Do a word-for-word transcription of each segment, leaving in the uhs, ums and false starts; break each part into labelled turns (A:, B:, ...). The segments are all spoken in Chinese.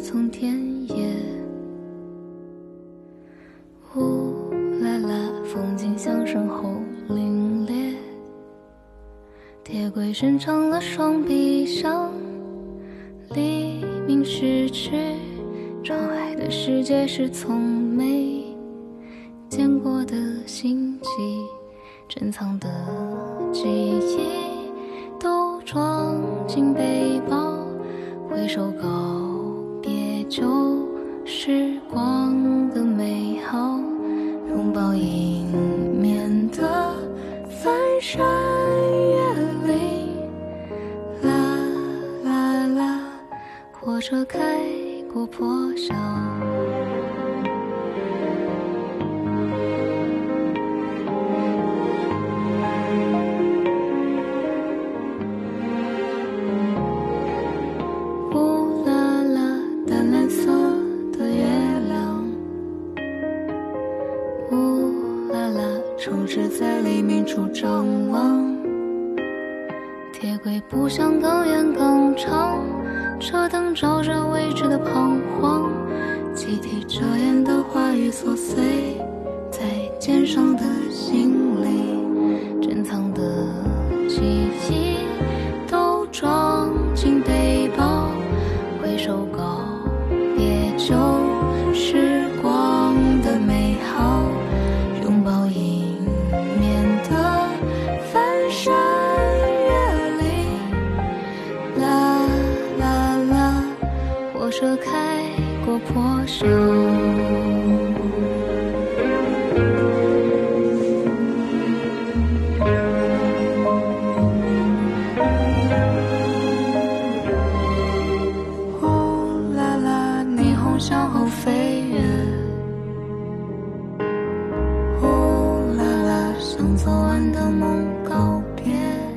A: 从田野。呜啦啦，风景像身后凛冽，铁轨伸长了双臂，向黎明逝去。窗外的世界是从没见过的星际，珍藏的记忆都装进背包，挥手告别旧时光的美好，拥抱迎面的翻山越岭。啦啦啦，火车开过破晓。乌啦啦，淡蓝色的月亮。乌啦啦，城市在黎明处张望。铁轨不想更远更长，车灯照着未知的彷徨，集体遮掩的话语琐碎在肩上的行李，珍藏的记忆都装进背包，挥手告别旧时光的美好，拥抱迎面的翻山越岭。啦啦啦，火车开过破晓。呼啦啦，霓虹向后飞跃。呼啦啦，向昨晚的梦告别。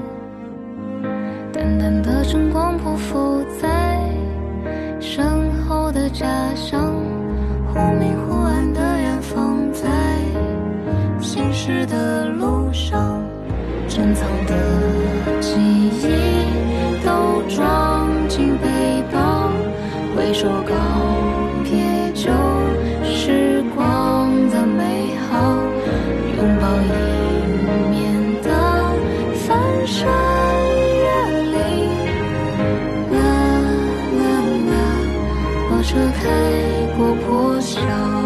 A: 淡淡的晨光匍匐在身后的家乡，忽明忽暗的远方，在行驶的路上，珍藏的记忆都装进背包，挥手告别旧时光的美好，拥抱迎面的翻山越岭。啦啦啦，火车开过破晓。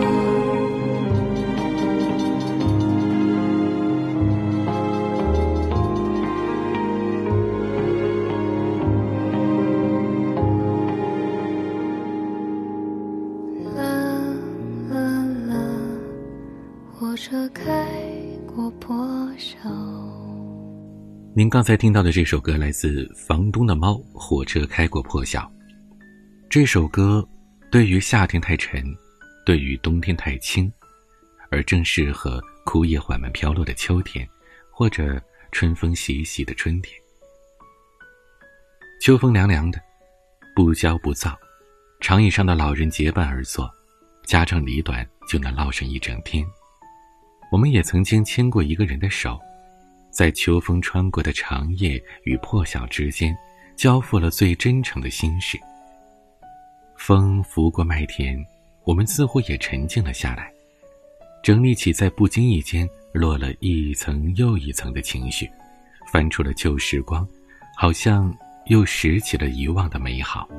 A: 啦啦啦，火车开过破晓。
B: 您刚才听到的这首歌来自房东的猫，火车开过破晓。这首歌对于夏天太沉，对于冬天太轻，而正适合枯叶缓慢飘落的秋天，或者春风习习的春天。秋风凉凉的，不骄不躁，长椅上的老人结伴而坐，家长里短就能唠上一整天。我们也曾经牵过一个人的手，在秋风穿过的长夜与破晓之间，交付了最真诚的心事。风拂过麦田，我们似乎也沉静了下来，整理起在不经意间落了一层又一层的情绪，翻出了旧时光，好像又拾起了遗忘的美好。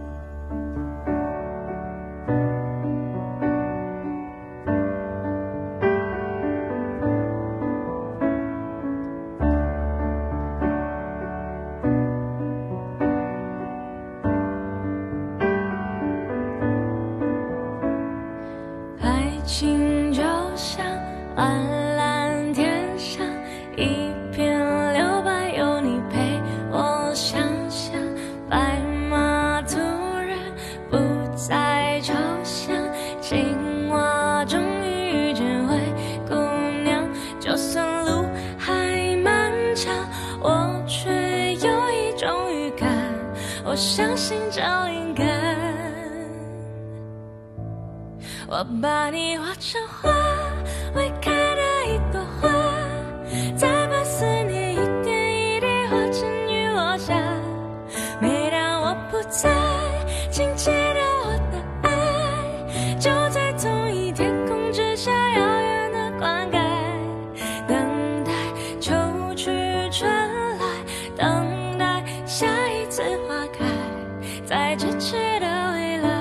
A: 爱情就像蓝蓝天上一片留白，有你陪我想象，白马突然不再抽象，青蛙终于遇见灰姑娘，就算路还漫长，我却有一种预感，我相信找灵感，我把你画成花，未开的一朵花，再把思念一点一滴化成雨落下。每当我不在，请记得我的爱， 在咫尺的未来。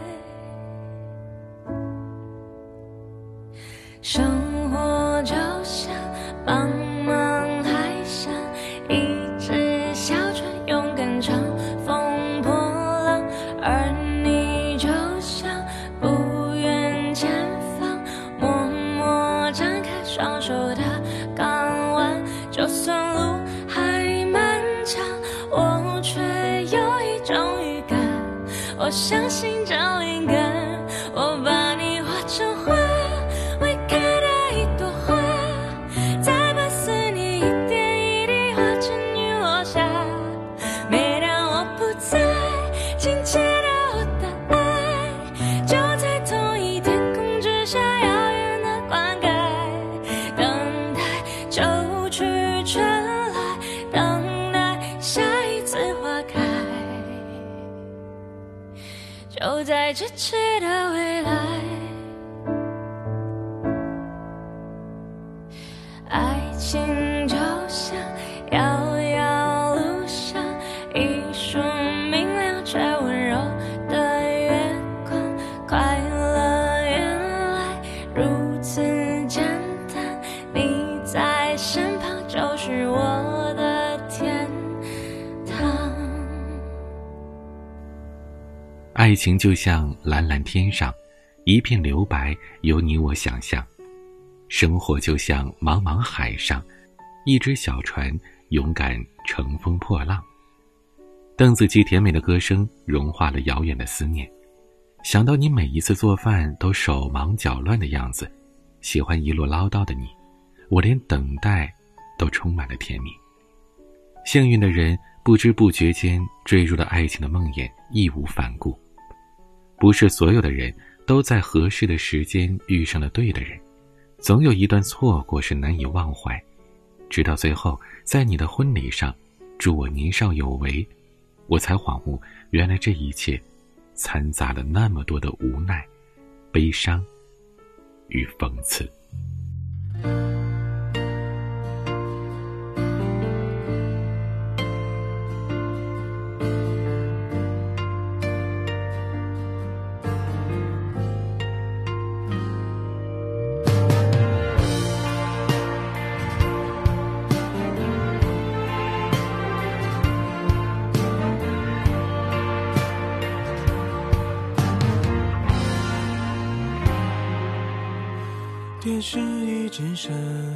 A: 生活就像茫茫海上一只小船，勇敢乘风破浪，而你就像不远前方默默张开双手的港湾。就算路还漫长，我却有一种预感，我相信这灵感，我把你画成画，未开的一朵花，再把思念一点一滴化成雨落下。每当我不在，亲切的我的爱，就在同一天空之下遥远的灌溉，等待秋去春来，等待下一次花开，就在咫尺的未来。爱情就像遥遥路上一束明亮却温柔的月光，快乐原来如此简单，你在身旁就是我的天堂。
B: 爱情就像蓝蓝天上一片留白，由你我想象。生活就像茫茫海上一只小船，勇敢乘风破浪。邓紫棋甜美的歌声融化了遥远的思念。想到你每一次做饭都手忙脚乱的样子，喜欢一路唠叨的你，我连等待都充满了甜蜜。幸运的人不知不觉间坠入了爱情的梦魇，义无反顾。不是所有的人都在合适的时间遇上了对的人，总有一段错过是难以忘怀，直到最后在你的婚礼上祝我年少有为，我才恍悟，原来这一切掺杂了那么多的无奈、悲伤与讽刺。
C: 电视一直闪，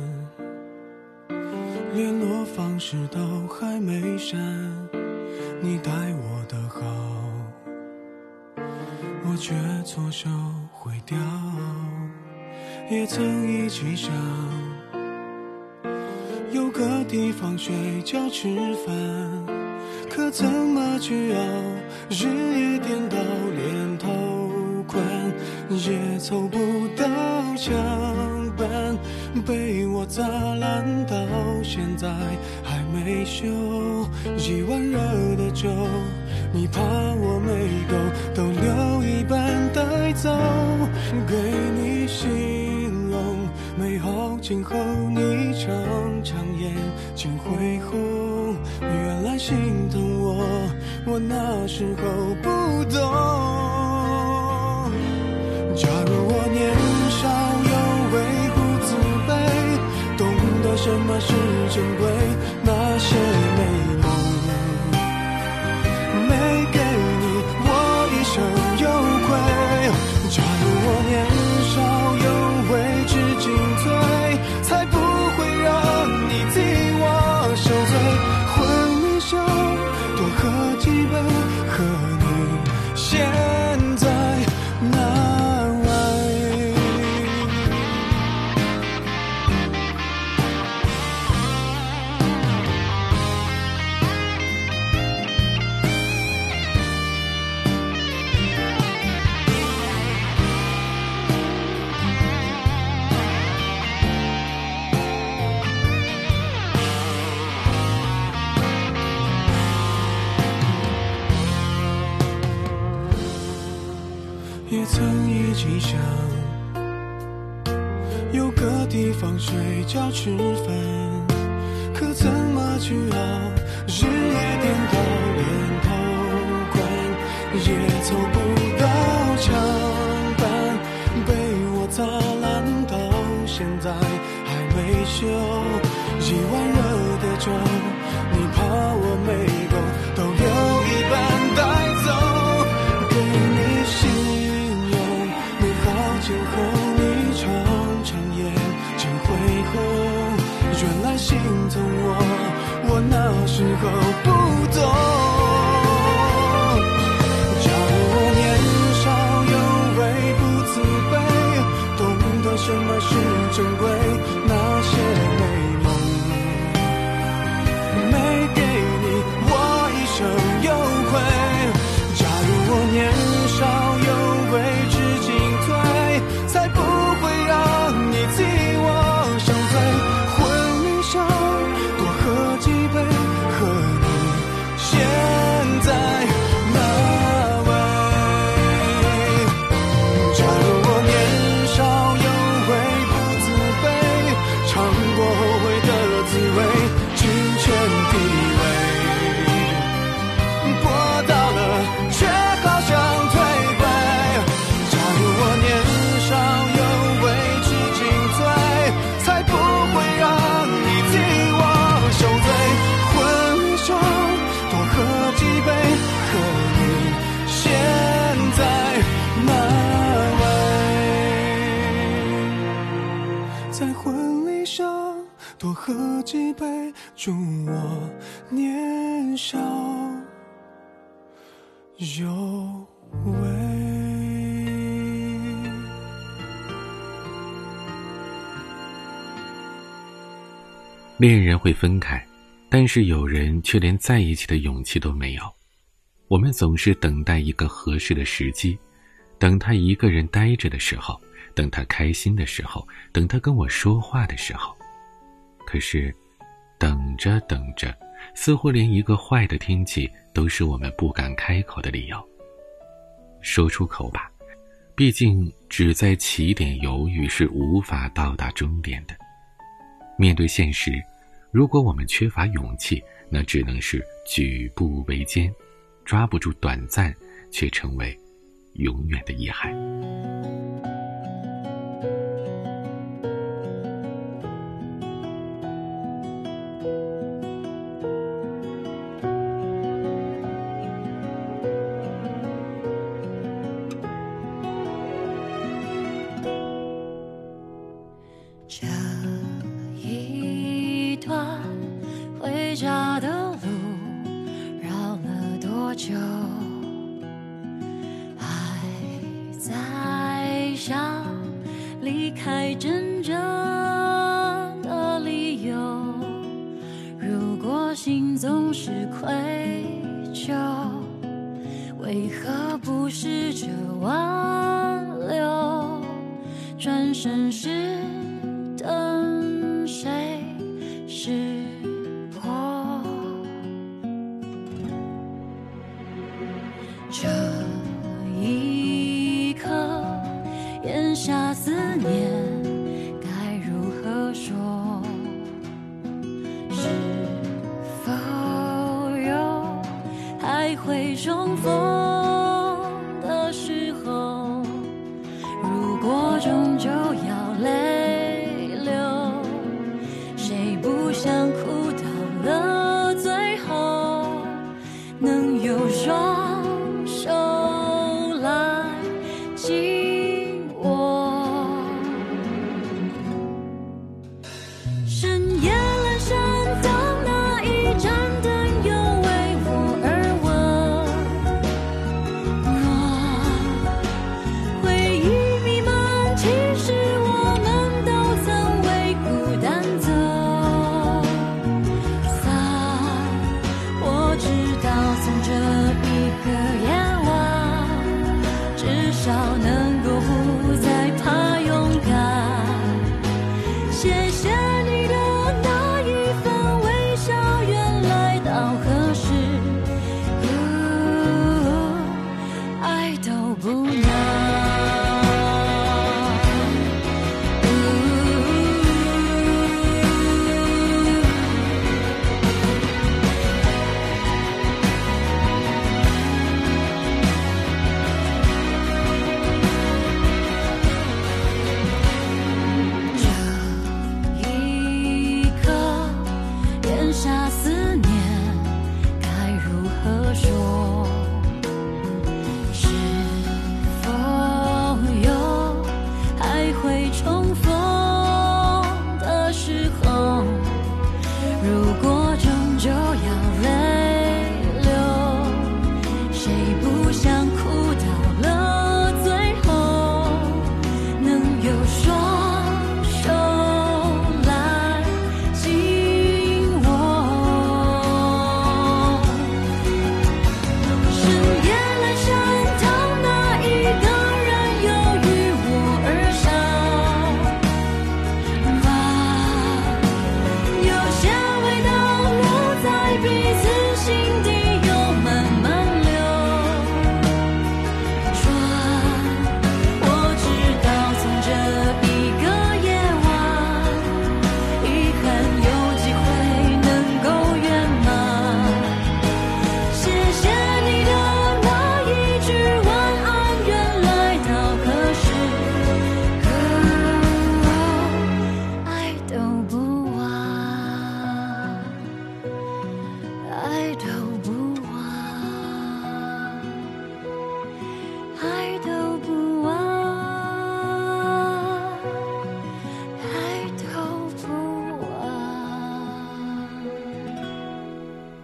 C: 联络方式都还没删，你待我的好，我却错手毁掉。也曾一起想有个地方睡觉吃饭，可怎么去熬，日夜颠倒，连头款也凑不到墙板，被我砸烂到现在还没修。一碗热的粥，你怕我没够，都留一半带走，给你形容美好今后，你常常眼睛会红。原来心疼我，我那时候不懂。假如我年少有为不自卑，懂得什么是珍贵，那些美梦没给你，我一生有愧。假如我年少有为知进退，才不会让你替我受罪。混迷酒多喝几杯，和你现在那也曾一起想有个地方睡觉吃饭，可怎么去熬，日夜颠倒，连头款也凑不到墙板，被我砸烂到现在还没修。一碗热的粥，你怕我没够，都有一半带走。给你信用，美好前后你常常眼睛恢红，原来心疼我，我那时候不懂。什么是珍贵？那些美梦没给你，我一生有愧。假如我年少有为，知进退，才不会让你替我受罪。婚礼上多喝几杯，和你现在那位。假如我年少有尝过后悔的滋味，金钱地位博到了，却好像退回。假如我年少有为，知进退，才不会让你替我受罪。婚礼上多喝几杯，和你现在那位。在婚礼上多喝几杯，祝我年少有为。
B: 恋人会分开，但是有人却连在一起的勇气都没有。我们总是等待一个合适的时机，等他一个人待着的时候，等他开心的时候，等他跟我说话的时候。可是等着等着，似乎连一个坏的天气都是我们不敢开口的理由。说出口吧，毕竟只在起点犹豫是无法到达终点的。面对现实，如果我们缺乏勇气，那只能是举步维艰，抓不住短暂，却成为永远的遗憾。
A: 这一段回家的路绕了多久，还在想离开真正的理由。如果心总是愧疚，为何不试着挽留？转身时等谁识破？这一刻咽下思念该如何说？是否有还会重逢的时候？如果终究要泪流，谁不想哭到了最后，能有双手来紧握？深夜阑珊，当那一盏灯又为我而温暖，回忆弥漫，其实我们都曾为孤单走散。我知道从这一刻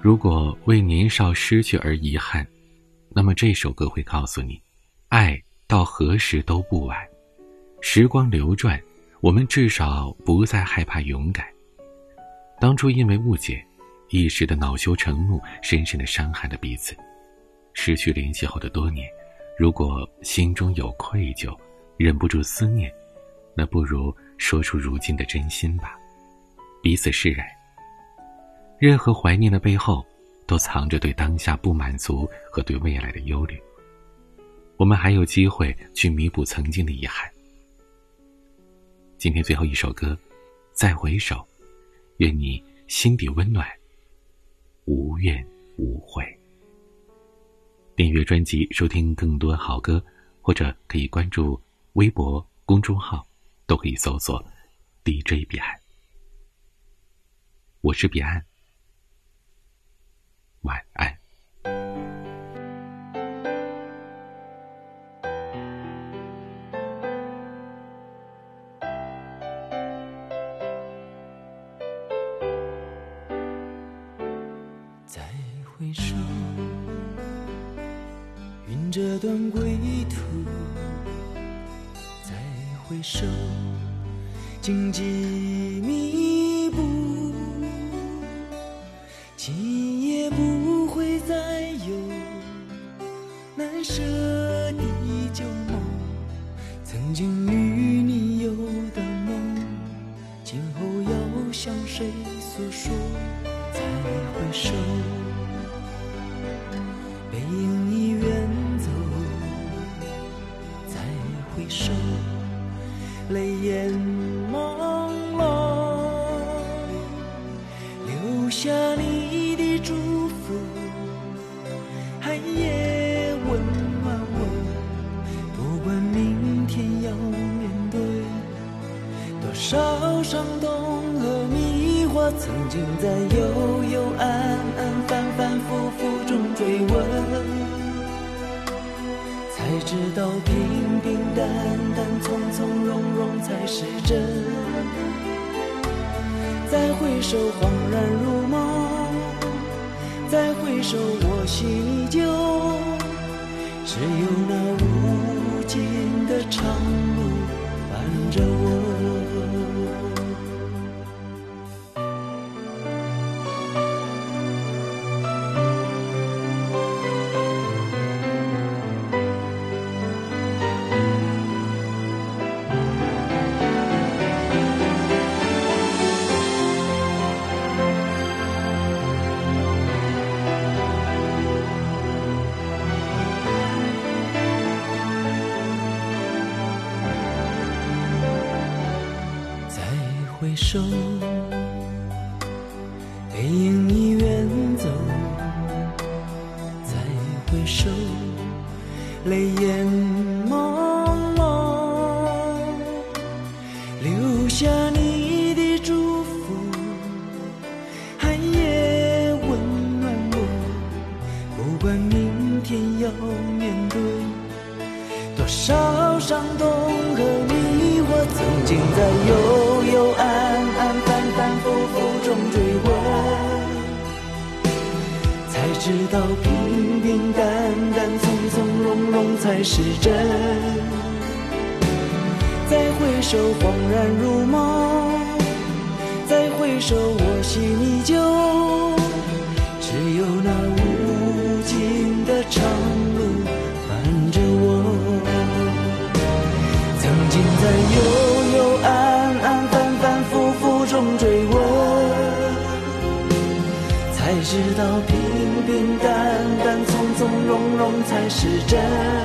B: 如果为年少失去而遗憾，那么这首歌会告诉你，爱到何时都不晚。时光流转，我们至少不再害怕勇敢。当初因为误解，一时的恼羞成怒，深深地伤害了彼此。失去联系后的多年，如果心中有愧疚，忍不住思念，那不如说出如今的真心吧，彼此释然。任何怀念的背后，都藏着对当下不满足和对未来的忧虑。我们还有机会去弥补曾经的遗憾。今天最后一首歌，再回首，愿你心底温暖，无怨无悔。订阅专辑收听更多好歌，或者可以关注微博公众号，都可以搜索 D J 彼岸。我是彼岸，晚安。
C: 再回首，云这段归途，再回首，荆棘密布，今夜不会再有难舍的旧梦，曾经与你有的梦，今后要向谁诉说？再回首，背影已远走，再回首，泪眼朦胧，留下你的祝福，寒夜温暖我，不管明天要面对多少伤痛和迷惑，曾经在幽幽暗暗反反复复中追问，才知道平平淡淡从从容容才是真。再回首恍然如梦，再回首我心依旧，只有那无尽的长路伴着我。回首，背影已远走，再回首，泪眼朦胧，留下你的祝福，寒夜温暖我，不管明天要面对多少伤痛和迷惑，曾经在幽幽暗暗反反复复中追问，才知道平平淡淡从从容容才是真。再回首恍然如梦，再回首我心依旧，只有那无尽的长路伴着我。曾经在幽幽暗暗反反复复中追问，才知道平平淡淡从从容容才是真。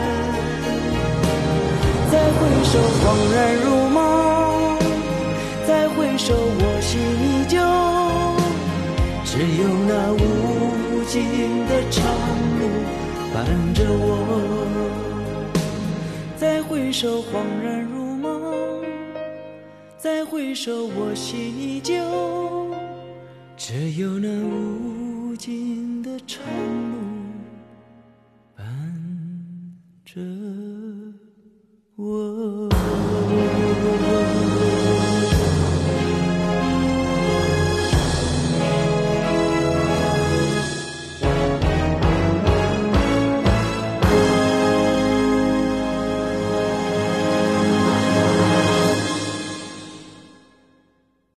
C: 再回首恍然如梦，再回首我心依旧，只有那无尽的长路伴着我。再回首恍然如梦，再回首我心依旧，只有那无尽的长路伴着我。